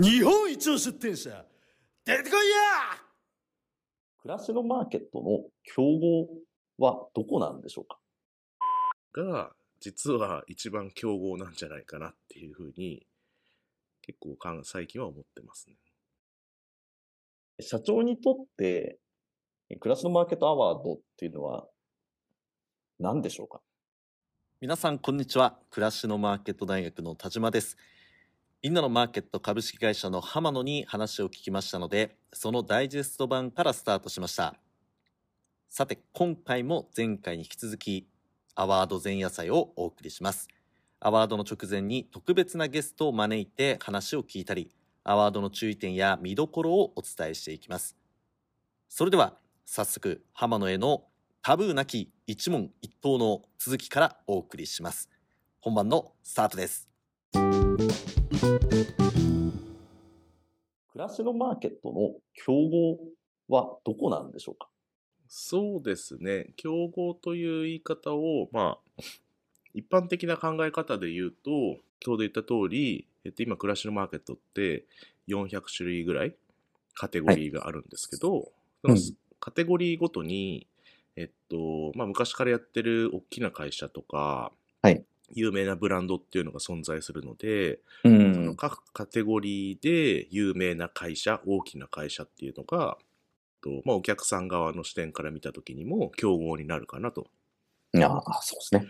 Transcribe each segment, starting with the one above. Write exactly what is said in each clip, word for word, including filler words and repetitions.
日本一の出店者出てこいや。 暮らしのマーケットの競合はどこなんでしょうか。 が実は一番競合なんじゃないかなっていうふうに結構かん最近は思ってますね。 社長にとって暮らしのマーケットアワードっていうのは何でしょうか。 皆さんこんにちは。暮らしのマーケット大学の田島です。みんなのマーケット株式会社の浜野に話を聞きましたので、そのダイジェスト版からスタートしました。さて今回も前回に引き続きアワード前夜祭をお送りします。アワードの直前に特別なゲストを招いて話を聞いたり、アワードの注意点や見どころをお伝えしていきます。それでは早速浜野へのタブーなき一問一答の続きからお送りします。本番のスタートです。 暮らしのマーケットの競合はどこなんでしょうか。 そうですね。競合という言い方を、まあ、一般的な考え方で言うと、先ほど言った通り、えっと、今、暮らしのマーケットってよんひゃく種類ぐらいカテゴリーがあるんですけど、はい、そのカテゴリーごとに、えっと、まあ、昔からやってる大きな会社とか、 はい、 有名なブランドっていうのが存在するので、 うん、 その各カテゴリーで有名な会社、大きな会社っていうのが、とまあ、お客さん側の視点から見たときにも競合になるかなと。 ああ、そうですね。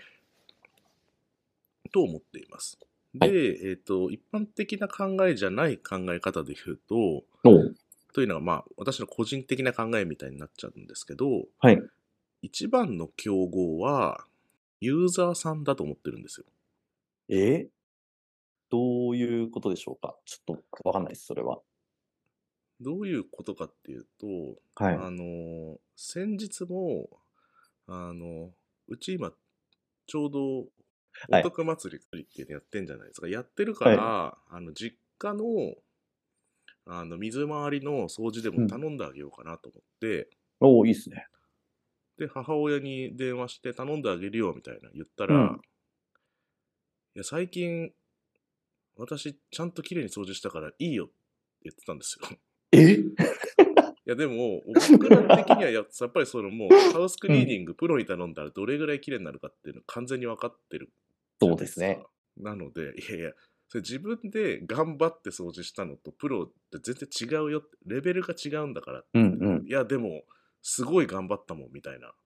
と思っています。で、はい、えっと、一般的な考えじゃない考え方で言うと、というのが、まあ、私の個人的な考えみたいになっちゃうんですけど、 はい、 一番の競合は、ユーザーさんだと思ってるんですよ。 えー、どういうことでしょうか。ちょっとわかんないです、それは。 どういうことかっていうと、 はい、 あの、先日も、あの、うち今、ちょうど、お得祭りっていうのやってんじゃないですか。はい、やってるから、はい、あの、実家の、あの、水回りの掃除でも頼んであげようかなと思って。 うん、おお、いいっすね。 で、母親に電話して頼んであげるよみたいな言ったら、うん、いや、最近、私、ちゃんと綺麗に掃除したからいいよって言ってたんですよ。 えいやでも僕ら的にはやっぱりそのもうハウスクリーニング、うん、プロに頼んだらどれぐらい綺麗になるかっていうの完全に分かってる。 そうですね。 なのでいやいやそれ自分で頑張って掃除したのとプロって全然違うよ、レベルが違うんだからって、 うんうん、 いやでもすごい頑張ったもんみたいな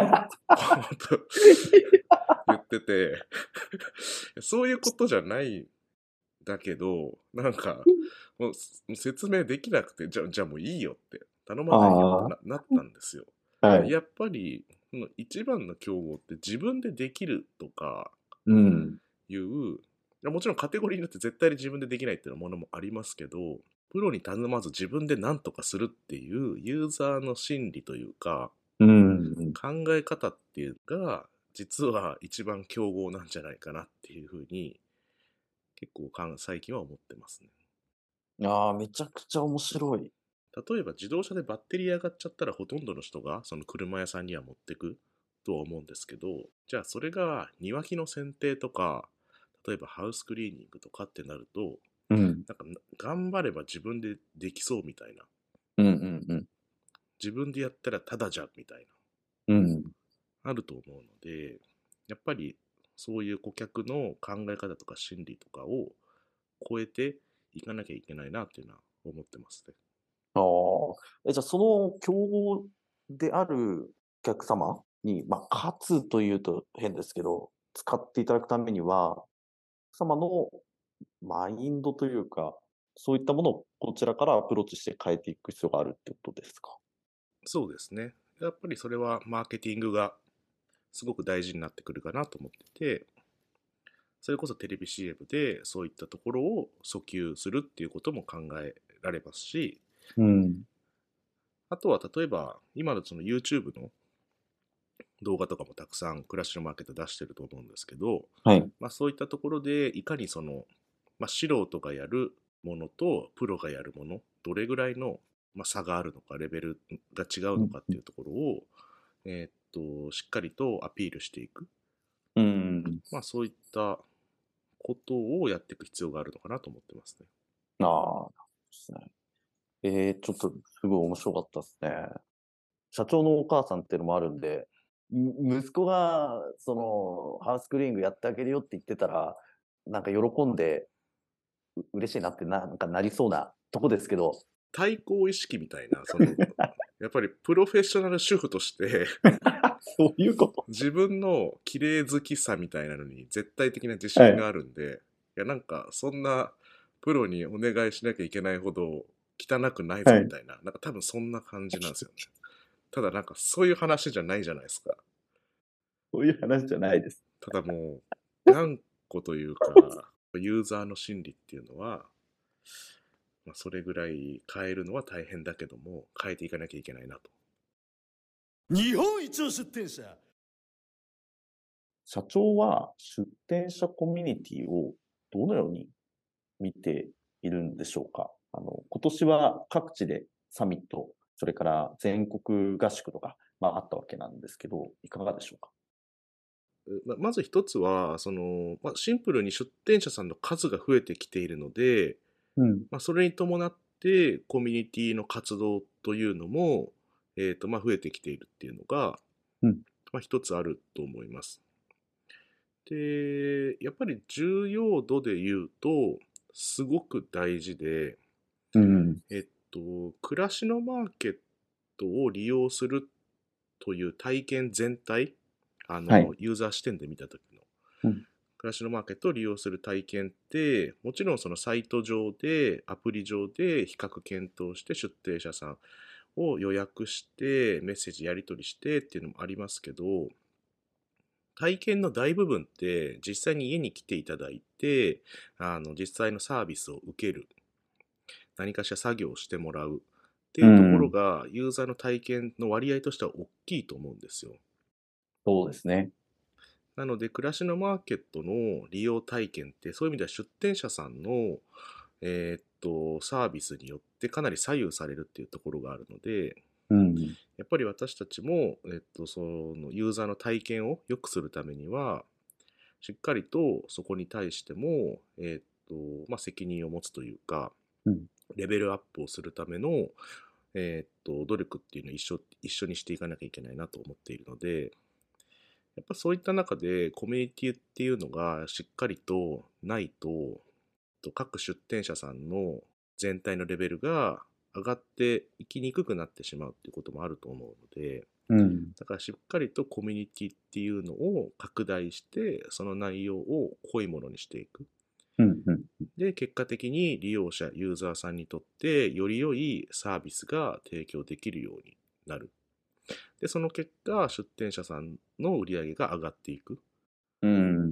言っててそういうことじゃないだけどなんかもう説明できなくて、じゃあじゃあもういいよって頼まないよって な, なったんですよ。はい、やっぱり一番の競合って自分でできるとかいう、うん、もちろんカテゴリーによって絶対に自分でできないっていうものもありますけど、プロに頼まず自分で何とかするっていうユーザーの心理というか、うん、考え方っていうのが実は一番競合なんじゃないかなっていうふうに結構最近は思ってますね。 ああ、めちゃくちゃ面白い。 例えば自動車でバッテリー上がっちゃったらほとんどの人がその車屋さんには持ってくとは思うんですけど、じゃあそれが庭木の剪定とか、例えばハウスクリーニングとかってなると、うん、なんか頑張れば自分でできそうみたいな、 うんうんうん、 自分でやったらただじゃんみたいな、うん、 あると思うので、やっぱりそういう顧客の考え方とか心理とかを超えていかなきゃいけないなっていうのは思ってますね。 ああ、じゃあその競合であるお客様に、まあ、勝つというと変ですけど、使っていただくためには、お客様のマインドというか、そういったものをこちらからアプローチして変えていく必要があるってことですか？ そうですね。やっぱりそれはマーケティングがすごく大事になってくるかなと思ってて、それこそテレビ シーエム でそういったところを訴求するっていうことも考えられますし、 うん、 あとは例えば今のその YouTube の動画とかもたくさん暮らしのマーケット出してると思うんですけど、 はい、 まあ、そういったところでいかにその、まあ、素人がやるものとプロがやるものどれぐらいの、まあ、差があるのかレベルが違うのかっていうところを、うん、えー、っとしっかりとアピールしていく、 うん、 まあ、そういったことをやっていく必要があるのかなと思ってますね。 ああ、ですね。えー、ちょっとすごい面白かったですね。社長のお母さんっていうのもあるんで、む息子がそのハウスクリーニングやってあげるよって言ってたら、なんか喜んでう嬉しいなってななんかなりそうなとこですけど、 対抗意識みたいな、その、やっぱりプロフェッショナル主婦としてそういうこと。 自分の綺麗好きさみたいなのに絶対的な自はい。 信があるんで、いやなんかそんなプロにお願いしなきゃいけないほど汚くないぞはい。 みたいな、なんか多分そんな感じなんですよね。ただなんかそういう話じゃないじゃないですか。 そういう話じゃないです。 ただもう、頑固というか、ユーザーの心理っていうのは、まあ、それぐらい変えるのは大変だけども、変えていかなきゃいけないなと。 日本一の出店者。 社長は出店者コミュニティをどのように見ているんでしょうか。あの、今年は各地でサミット、それから全国合宿とか、まあ、あったわけなんですけど、いかがでしょうか。 ままず一つは、その、まあ、シンプルに出店者さんの数が増えてきているので、 うん。 まあ、それに伴ってコミュニティの活動というのも、えーとまあ、増えてきているっていうのが、 うん。 まあ、一つあると思います。で、やっぱり重要度で言うと、すごく大事で、 うん。 えっと、暮らしのマーケットを利用するという体験全体、あはい。 の、ユーザー視点で見たときの、 うん。 暮らしのマーケットを利用する体験って、もちろんそのサイト上で、アプリ上で比較検討して出店者さんを予約して、メッセージやり取りしてっていうのもありますけど、体験の大部分って実際に家に来ていただいて、あの実際のサービスを受ける、何かしら作業をしてもらうってういうところん。 がユーザーの体験の割合としては大きいと思うんですよ。 そうですね。 なので、暮らしのマーケットの利用体験って、そういう意味では出店者さんの、えーっと、サービスによってかなり左右されるっていうところがあるので、 うん。 やっぱり私たちも、えっと、そのユーザーの体験を良くするためには、しっかりとそこに対しても、えっと、まあ、責任を持つというか、 うん。 レベルアップをするための、えっと、努力っていうのを一緒、一緒にしていかなきゃいけないなと思っているので、やっぱそういった中でコミュニティっていうのがしっかりとないと、各出店者さんの全体のレベルが上がっていきにくくなってしまうっていうこともあると思うので、 うん。 だからしっかりとコミュニティっていうのを拡大して、その内容を濃いものにしていく。 うん。うん。 で、結果的に利用者、ユーザーさんにとってより良いサービスが提供できるようになる。で、その結果、出店者さんの売り上げが上がっていくっうん。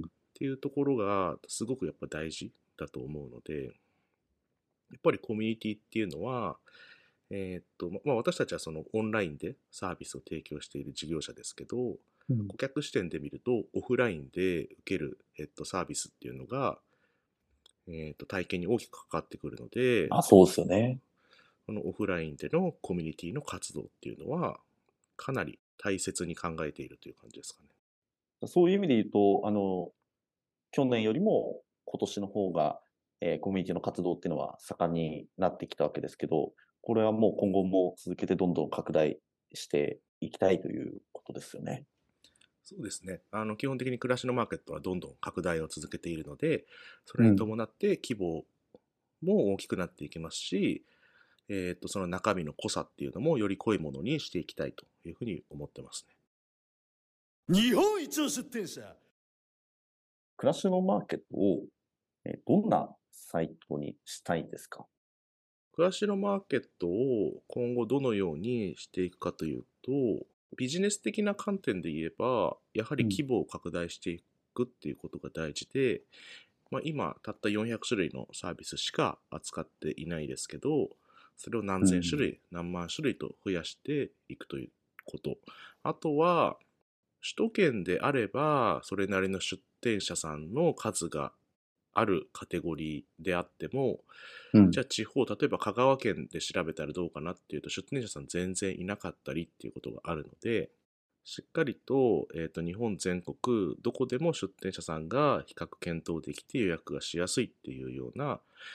ていうところがすごくやっぱ大事だと思うので、やっぱりコミュニティっていうのは、えーっと、まあ、私たちはそのオンラインでサービスを提供している事業者ですけど、 うん。 顧客視点で見ると、オフラインで受ける、えっと、サービスっていうのが、えっと、体験に大きく関わってくるので、 あ、そうですよね。 このオフラインでのコミュニティの活動っていうのは、かなり大切に考えているという感じですかね。 そういう意味で言うと、あの、去年よりも今年の方が、えーコミュニティの活動っていうのは盛んになってきたわけですけど、これはもう今後も続けてどんどん拡大していきたいということですよね。 そうですね。あの、基本的に暮らしのマーケットはどんどん拡大を続けているので、それにうん。 伴って規模も大きくなっていきますし、えっと、その中身の濃さっていうのもより濃いものにしていきたいというふうに思ってますね。 日本一の出店者。 暮らしのマーケットを、えーどんなサイトにしたいですか？ 暮らしのマーケットを今後どのようにしていくかというと、ビジネス的な観点で言えば、やはりうん。 規模を拡大していくっていうことが大事で、まあ、今、たったよんひゃく種類のサービスしか扱っていないですけど、それを何千種類、何万種類と増やしていくということ。あとは、首都圏であれば、それなりの出店者さんの数があるカテゴリーであっても、 うん。 じゃあ地方、例えば香川県で調べたらどうかなっていうと、出店者さん全然いなかったりっていうことがあるので、しっかりと、えっと、日本全国、どこでも出店者さんが比較検討できて予約がしやすいっていうような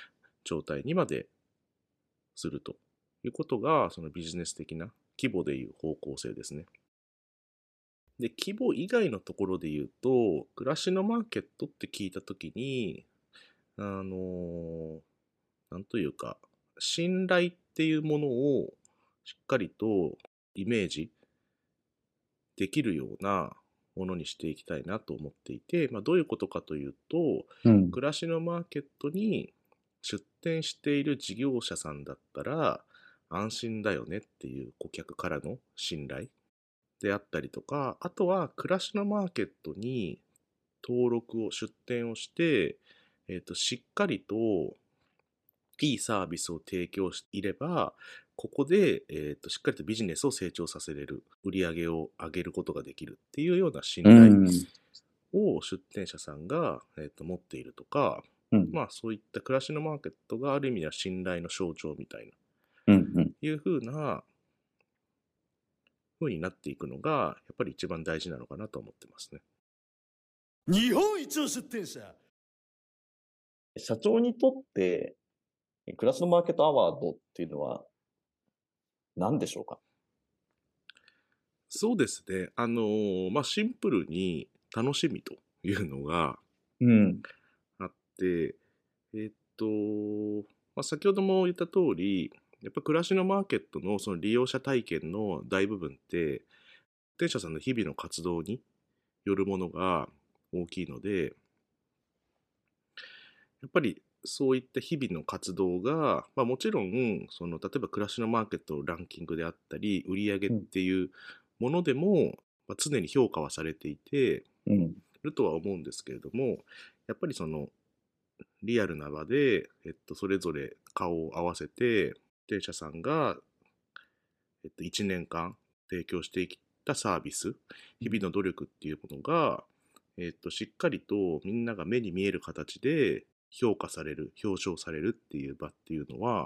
状態にまでするということが、そのビジネス的な規模でいう方向性ですね。で、規模以外のところで言うと、暮らしのマーケットって聞いたときに、あのーなんというか、信頼っていうものをしっかりとイメージできるようなものにしていきたいなと思っていて、まあ、どういうことかというと、 うん。 暮らしのマーケットに出店している事業者さんだったら安心だよねっていう顧客からの信頼であったりとか、あとは暮らしのマーケットに登録を出店をして、えーと、しっかりといいサービスを提供していれば、ここで、えーと、しっかりとビジネスを成長させれる、売り上げを上げることができるっていうような信う頼ん。 を出店者さんが、えーと、持っているとか、 うん。 まあそういった暮らしのマーケットがある意味では信頼の象徴みたいな、 うん。うん。 いうふうな、ふうになっていくのが、やっぱり一番大事なのかなと思ってますね。 日本一の出店者。 社長にとって、暮らしのマーケットアワードっていうのは何でしょうか？ そうですね。あのーまあシンプルに楽しみというのがうん。 あって、えーっと、まあ、先ほども言った通り、やっぱ暮らしのマーケットのその利用者体験の大部分って、出店者さんの日々の活動によるものが大きいので、やっぱりそういった日々の活動が、まあ、もちろんその例えば暮らしのマーケットのランキングであったり売上っていうものでも、まあ、常に評価はされていてうん。 いるとは思うんですけれども、やっぱりそのリアルな場で、えっと、それぞれ顔を合わせて出店者さんが、えっと、いちねんかん提供してきたサービス、日々の努力っていうものが、えっと、しっかりとみんなが目に見える形で評価される、表彰されるっていう場っていうのは、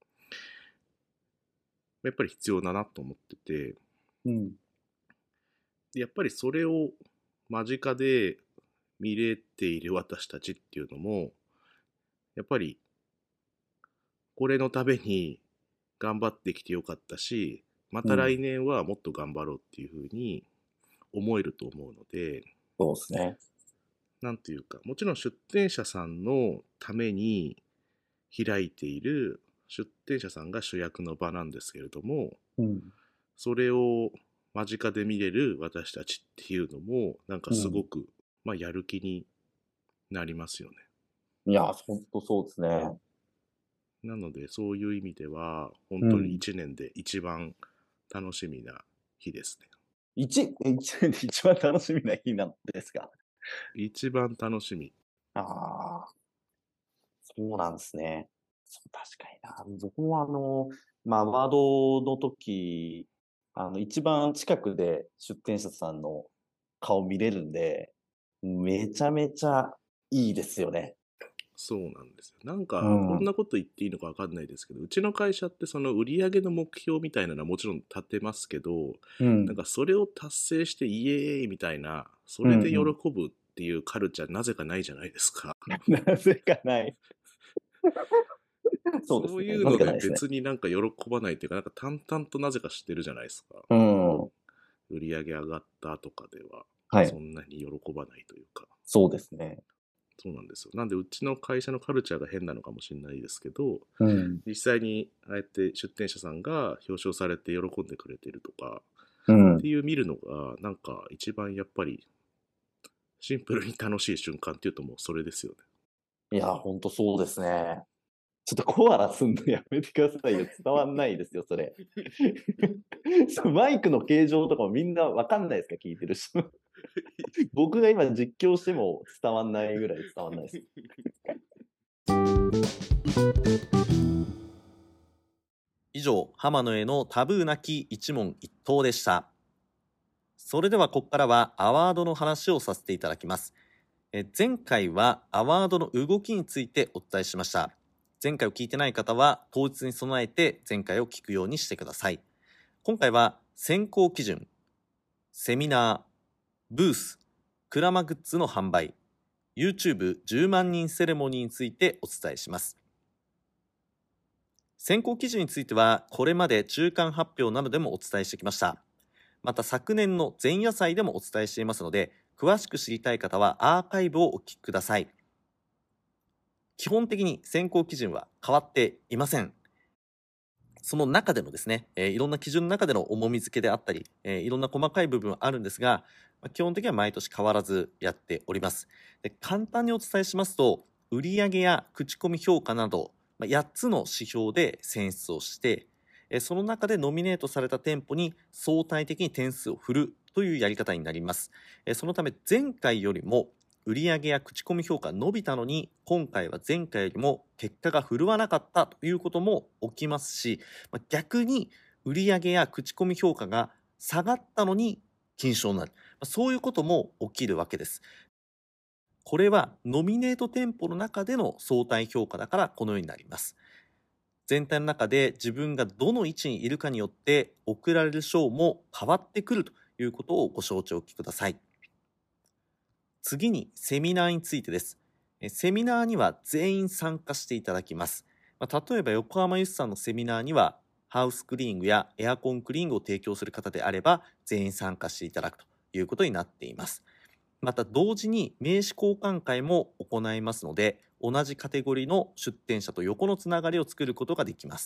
やっぱり必要だなと思ってて、 うん。 でやっぱりそれを間近で見れている私たちっていうのも、やっぱりこれのために頑張ってきてよかったし、また来年はもっと頑張ろうっていうふうに思えると思うので、 そうですね。 なんていうか、もちろん出店者さんのために開いている出店者さんが主役の場なんですけれども、 うん。 それを間近で見れる私たちっていうのも、なんかすごく、まあ、やる気になりますよね。 いや、本当そうですね。 なので、そういう意味では、本当にいちねんで一番楽しみな日ですね。 一、一年で一番楽しみな日なんですか？ 一番楽しみ。 ああ、そうなんですね。そう確かにな。僕もあの、まあ、ワードの時、あの、一番近くで出店者さんの顔見れるんで、めちゃめちゃいいですよね。 そうなんですよ。なんか、 うんこんなこと言っていいのかわかんないですけど、うちの会社ってその売上の目標みたいなのはもちろん立てますけど、 うんなんかそれを達成してイエーイみたいな、それで喜ぶっていうカルチャーなぜかないじゃないですか。 なぜかない。 そそううですね。 いうのでなぜかないですね。 別になんか喜ばないっていうか、なんか淡々となぜか知ってるじゃないですか。 うん。 売上上がったとかでは、 はいそ。んなに喜ばないというか。 そうですね。 そうなんですよ。なんでうちの会社のカルチャーが変なのかもしれないですけど、 うん。 実際にああやって出店者さんが表彰されて喜んでくれてるとかうんって。いう見るのがなんか一番やっぱりシンプルに楽しい瞬間っていうともうそれですよね。 いや、ほんとそうですね。ちょっとコアラすんのやめてくださいよ。伝わんないですよ、それ。そうマイクの形状とかもみんなわかんないですか、聞いてる人。僕が今実況しても伝わんないぐらい伝わんないです。 以上、浜野へのタブーなき一問一答でした。それではここからはアワードの話をさせていただきます。え前回はアワードの動きについてお伝えしました。前回を聞いてない方は当日に備えて前回を聞くようにしてください。今回は選考基準、セミナー、ブース、クラマグッズの販売、YouTubeじゅうまんにんセレモニーについてお伝えします。 選考基準についてはこれまで中間発表などでもお伝えしてきました。また昨年の前夜祭でもお伝えしていますので、詳しく知りたい方はアーカイブをお聞きください。基本的に選考基準は変わっていません。その中でのですね、えーいろんな基準の中での重み付けであったり、えーいろんな細かい部分はあるんですが、まあ基本的には毎年変わらずやっております。で、簡単にお伝えしますと、売上や口コミ評価など、まあやっつの指標で選出をして、えーその中でノミネートされた店舗に相対的に点数を振るというやり方になります。えーそのため前回よりも売上や口コミ評価伸びたのに、今回は前回よりも結果が振るわなかったということも起きますし、まあ逆に売上や口コミ評価が下がったのに金賞になる。まあそういうことも起きるわけです。これはノミネート店舗の中での相対評価だからこのようになります。全体の中で自分がどの位置にいるかによって贈られる賞も変わってくるということをご承知おきください。次にセミナーについてです。えセミナーには全員参加していただきます。まあ例えば横浜ユスさんのセミナーにはハウスクリーニングやエアコンクリーニングを提供する方であれば全員参加していただくということになっています。また同時に名刺交換会も行いますので、同じカテゴリーの出展者と横のつながりを作ることができます。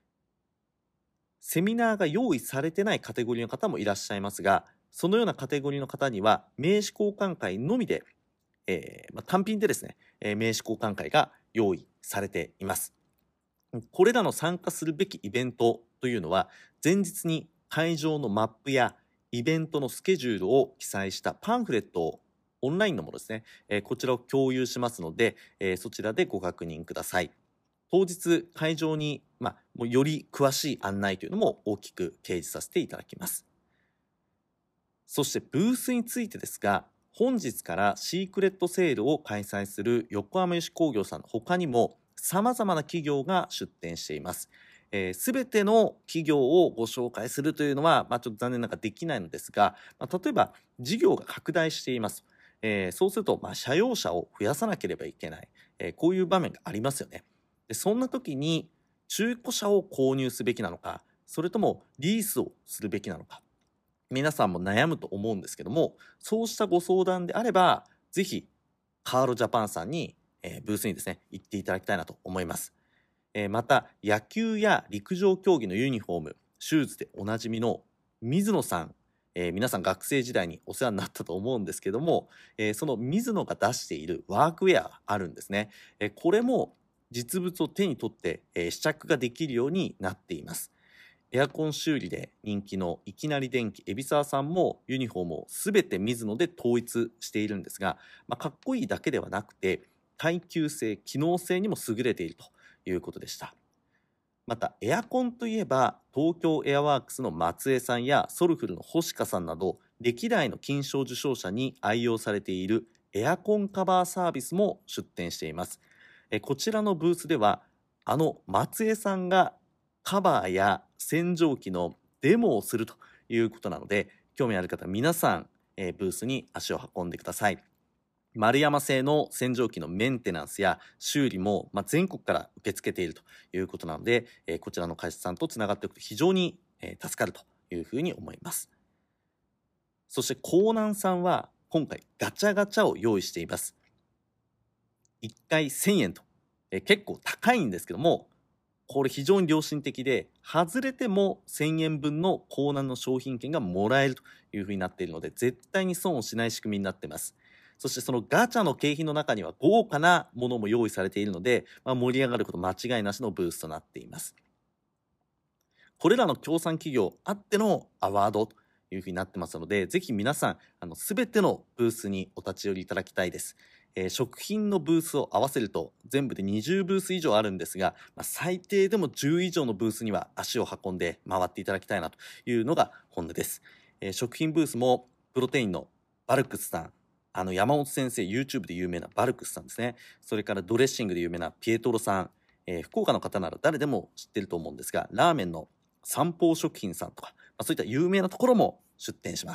セミナーが用意されてないカテゴリーの方もいらっしゃいますが、そのようなカテゴリーの方には名刺交換会のみで、えーまあ、単品でですね、えー名刺交換会が用意されています。これらの参加するべきイベントというのは、前日に会場のマップやイベントのスケジュールを記載したパンフレットをオンラインのものですね、えーこちらを共有しますので、えーそちらでご確認ください。当日会場に、まあ、もうより詳しい案内というのも大きく掲示させていただきます。そしてブースについてですが、本日からシークレットセールを開催する横浜油脂工業さんの他にも様々な企業が出展しています。すべ、えー、ての企業をご紹介するというのは、まあ、ちょっと残念ながらできないのですが、まあ、例えば事業が拡大しています。えー、そうすると、まあ、社用車を増やさなければいけない、えー、こういう場面がありますよね。でそんな時に中古車を購入すべきなのか、それともリースをするべきなのか、皆さんも悩むと思うんですけども、そうしたご相談であれば、ぜひカーロジャパンさんに、えーブースにですね、行っていただきたいなと思います。えーまた、野球や陸上競技のユニフォーム、シューズでおなじみの水野さん、えー皆さん学生時代にお世話になったと思うんですけども、えーその水野が出しているワークウェアがあるんですね。えーこれも実物を手に取って、えー試着ができるようになっています。エアコン修理で人気のいきなり電機海老沢さんもユニフォームをすべて水野で統一しているんですが、まあ、かっこいいだけではなくて耐久性、機能性にも優れているということでした。またエアコンといえば東京エアワークスの松江さんやソルフルの星香さんなど歴代の金賞受賞者に愛用されているエアコンカバーサービスも出展しています。えこちらのブースではあの松江さんがカバーや洗浄機のデモをするということなので、興味ある方皆さん、えーブースに足を運んでください。丸山製の洗浄機のメンテナンスや修理も、まあ、全国から受け付けているということなので、えーこちらの会社さんとつながっておくと非常に、えー助かるというふうに思います。そして江南さんは今回ガチャガチャを用意しています。いっかいせんえんと、えー結構高いんですけども、これ非常に良心的で、外れてもせんえんぶんの江南の商品券がもらえるというふうになっているので、絶対に損をしない仕組みになっています。そしてそのガチャの景品の中には豪華なものも用意されているので、まあ、盛り上がること間違いなしのブースとなっています。これらの協賛企業あってのアワードというふうになってますので、ぜひ皆さん、あの、すべてのブースにお立ち寄りいただきたいです。えー食品のブースを合わせると全部でにじゅうブース以上あるんですが、まあ、最低でもじゅう以上のブースには足を運んで回っていただきたいなというのが本音です。えー食品ブースもプロテインのバルクスさん、あの山本先生 YouTube で有名なバルクスさんですね。それからドレッシングで有名なピエトロさん、えー福岡の方なら誰でも知ってると思うんですが、ラーメンの三宝食品さんとか、まあ、そういった有名なところも出店します。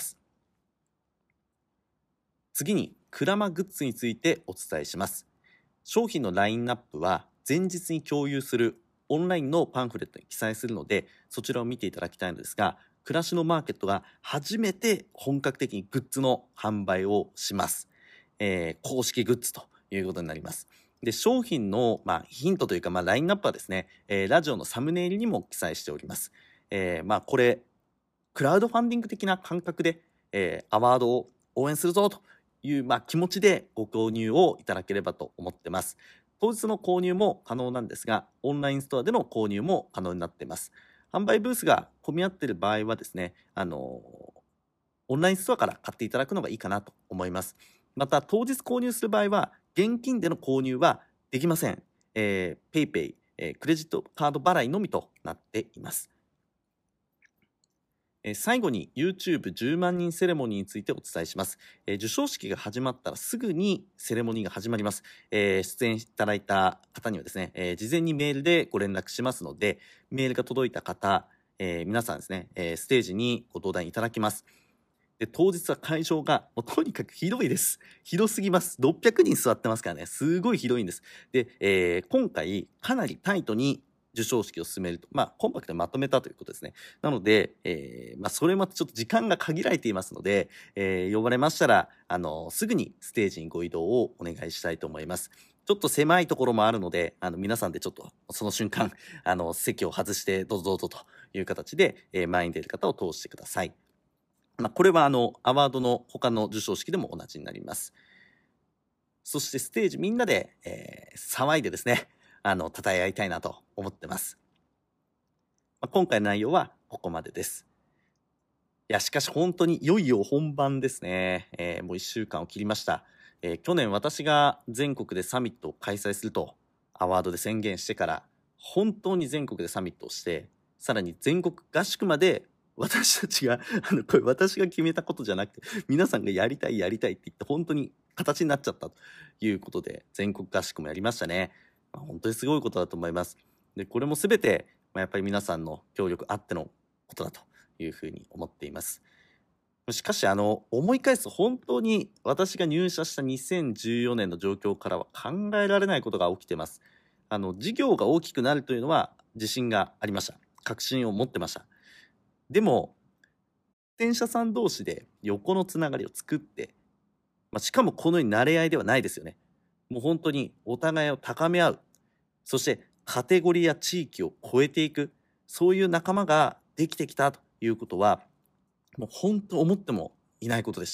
次にクラマグッズについてお伝えします。商品のラインナップは前日に共有するオンラインのパンフレットに記載するので、そちらを見ていただきたいのですが、暮らしのマーケットが初めて本格的にグッズの販売をします。えー、公式グッズということになります。で、商品の、まあ、ヒントというか、まあ、ラインナップはですね、えー、ラジオのサムネイルにも記載しております。えー、まあ、これ、クラウドファンディング的な感覚で、えー、アワードを応援するぞという、まあ、気持ちでご購入をいただければと思ってます。当日の購入も可能なんですが、オンラインストアでの購入も可能になっています。販売ブースが混み合っている場合はですね、あのー、オンラインストアから買っていただくのがいいかなと思います。また、当日購入する場合は、現金での購入はできません。えー、PayPay、えー、クレジットカード払いのみとなっています。えー、最後に ユーチューブじゅうまんにんセレモニーについてお伝えします。えー、授賞式が始まったらすぐにセレモニーが始まります。えー、出演いただいた方にはですね、えー、事前にメールでご連絡しますので、メールが届いた方、えー、皆さんですね、えー、ステージにご登壇いただきます。で、当日は会場がもうとにかく広いです。広すぎます。ろっぴゃくにん座ってますからね、すごい広いんです。で、えー、今回かなりタイトに授賞式を進めると、まあ、コンパクトにまとめたということですね。なので、えー、まあ、それまたちょっと時間が限られていますので、えー、呼ばれましたら、あの、すぐにステージにご移動をお願いしたいと思います。ちょっと狭いところもあるので、あの、皆さんでちょっとその瞬間、あの、席を外してどうぞどうぞという形で、えー、前に出る方を通してください。まあ、これはあのアワードの他の授賞式でも同じになります。そしてステージみんなで、えー、騒いでですね、あの、称え合いたいなと思ってます。まあ、今回の内容はここまでです。いや、しかし本当にいよいよ本番ですね。えー、もういっしゅうかんを切りました。えー、去年私が全国でサミットを開催するとアワードで宣言してから、本当に全国でサミットをして、さらに全国合宿まで私たちが、あの、これ私が決めたことじゃなくて、皆さんがやりたいやりたいって言って、本当に形になっちゃったということで、全国合宿もやりましたね。まあ、本当にすごいことだと思います。で、これもすべて、まあ、やっぱり皆さんの協力あってのことだというふうに思っています。しかし、あの、思い返すと本当に私が入社したにせんじゅうよねんの状況からは考えられないことが起きています。あの、事業が大きくなるというのは自信がありました。確信を持ってました。でも、出演者さん同士で横のつながりを作って、まあ、しかもこのように慣れ合いではないですよね。もう本当にお互いを高め合う。そしてカテゴリーや地域を超えていく。そういう仲間ができてきたということは、もう本当思ってもいないことでした。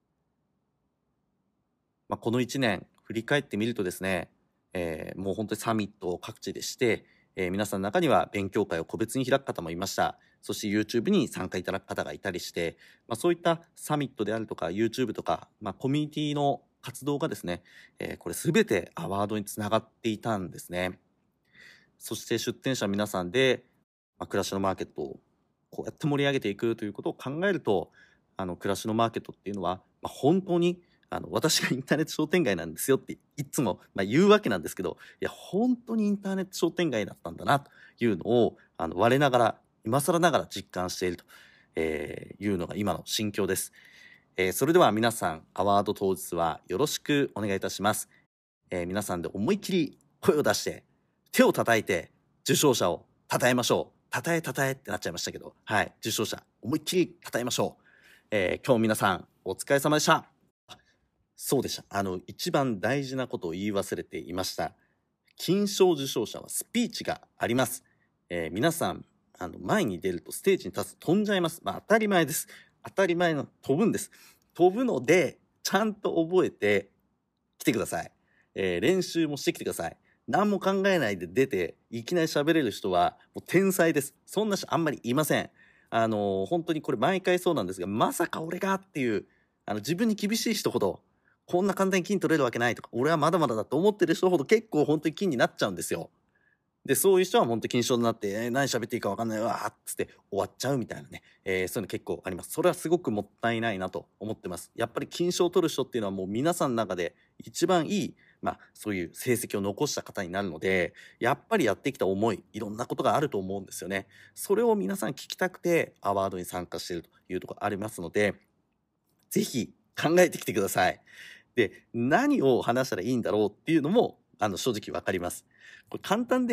まあ、このいちねん振り返ってみるとですね、えー、もう本当にサミットを各地でして、えー、皆さんの中には勉強会を個別に開く方もいました。そして YouTube に参加いただく方がいたりして、まあ、そういったサミットであるとか YouTube とか、まあ、コミュニティの活動がですね、えー、これ全てアワードにつながっていたんですね。そして出展者皆さんで、まあ、暮らしのマーケットをこうやって盛り上げていくということを考えると、あの暮らしのマーケットっていうのは、まあ、本当にあの私がインターネット商店街なんですよっていつも、まあ、言うわけなんですけど、いや本当にインターネット商店街だったんだなというのをあの我ながら今更ながら実感していると、えー、いうのが今の心境です、えー、それでは皆さんアワード当日はよろしくお願いいたします、えー、皆さんで思いっきり声を出して手を叩いて受賞者を称えましょう。たたえたたえってなっちゃいましたけど、はい、受賞者思いっきり称えましょう、えー、今日皆さんお疲れ様でした。そうでした。あの一番大事なことを言い忘れていました。金賞受賞者はスピーチがあります、えー、皆さんあの前に出るとステージに立つと飛んじゃいます。まあ当たり前です。当たり前の飛ぶんです。飛ぶのでちゃんと覚えてきてください、えー、練習もしてきてください。何も考えないで出ていきなり喋れる人はもう天才です。そんな人あんまりいません。あのー、本当にこれ毎回そうなんですが、まさか俺がっていうあの自分に厳しい人ほどこんな簡単に金取れるわけないとか、俺はまだまだだと思ってる人ほど結構本当に金になっちゃうんですよ。でそういう人は本当に金賞になって、えー、何喋っていいか分かんないわーっつって終わっちゃうみたいなね、えー、そういうの結構あります。それはすごくもったいないなと思ってます。やっぱり金賞を取る人っていうのはもう皆さんの中で一番いい、まあ、そういう成績を残した方になるので、やっぱりやってきた思い、いろんなことがあると思うんですよね。それを皆さん聞きたくてアワードに参加しているというところありますので、ぜひ考えてきてください。で何を話したらいいんだろうっていうのもあの正直分かります。これ簡単で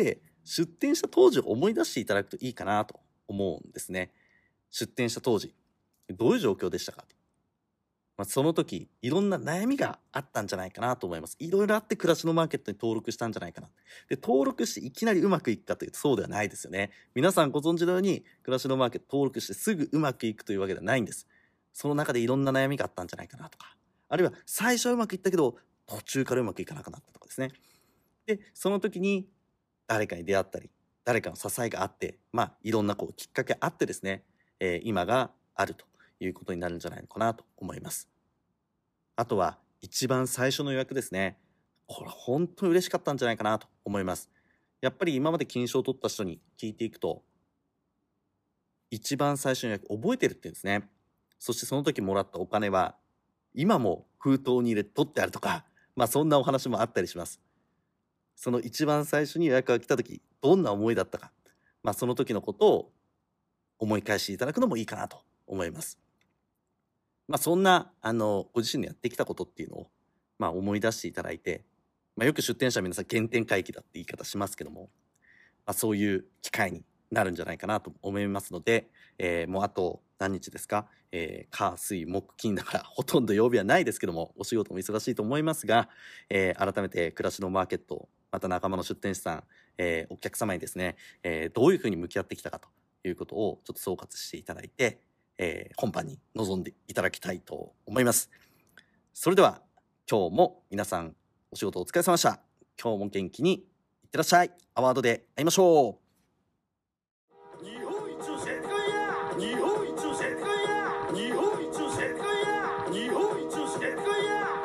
出店した当時を思い出していただくといいかなと思うんですね。出店した当時、どういう状況でしたか。まあ、その時、いろんな悩みがあったんじゃないかなと思います。いろいろあって暮らしのマーケットに登録したんじゃないかな。で、登録していきなりうまくいくかというとそうではないですよね。皆さんご存知のように、暮らしのマーケット登録してすぐうまくいくというわけではないんです。その中でいろんな悩みがあったんじゃないかなとか、あるいは最初はうまくいったけど、途中からうまくいかなくなったとかですね。で、その時に誰かに出会ったり、誰かの支えがあって、まあ、いろんなこうきっかけあってですね、えー今があるということになるんじゃないのかなと思います。あとは、一番最初の予約ですね。これ本当に嬉しかったんじゃないかなと思います。やっぱり今まで金賞を取った人に聞いていくと、一番最初の予約覚えてるって言うんですね。そしてその時もらったお金は、今も封筒に入れて取ってあるとか、まあそんなお話もあったりします。その一番最初に予約が来た時、どんな思いだったか、まあその時のことを思い返していただくのもいいかなと思います。まあそんな、あの、ご自身のやってきたことっていうのを、まあ思い出していただいて、まあよく出店者は皆さん原点回帰だって言い方しますけども、まあそういう機会になるんじゃないかなと思いますので、えーもうあと何日ですか、えー、火、水、木、金だからほとんど曜日はないですけども、お仕事も忙しいと思いますが、えー改めて暮らしのマーケット、また仲間の出店者さん、えーお客様にですね、えーどういうふうに向き合ってきたかということをちょっと総括していただいて、えー本番に臨んでいただきたいと思います。それでは今日も皆さんお仕事お疲れ様でした。今日も元気にいってらっしゃい。アワードで会いましょう。 日本一教えてこいや日本一教えてこいや日本一教えてこいや日本一教えてこいや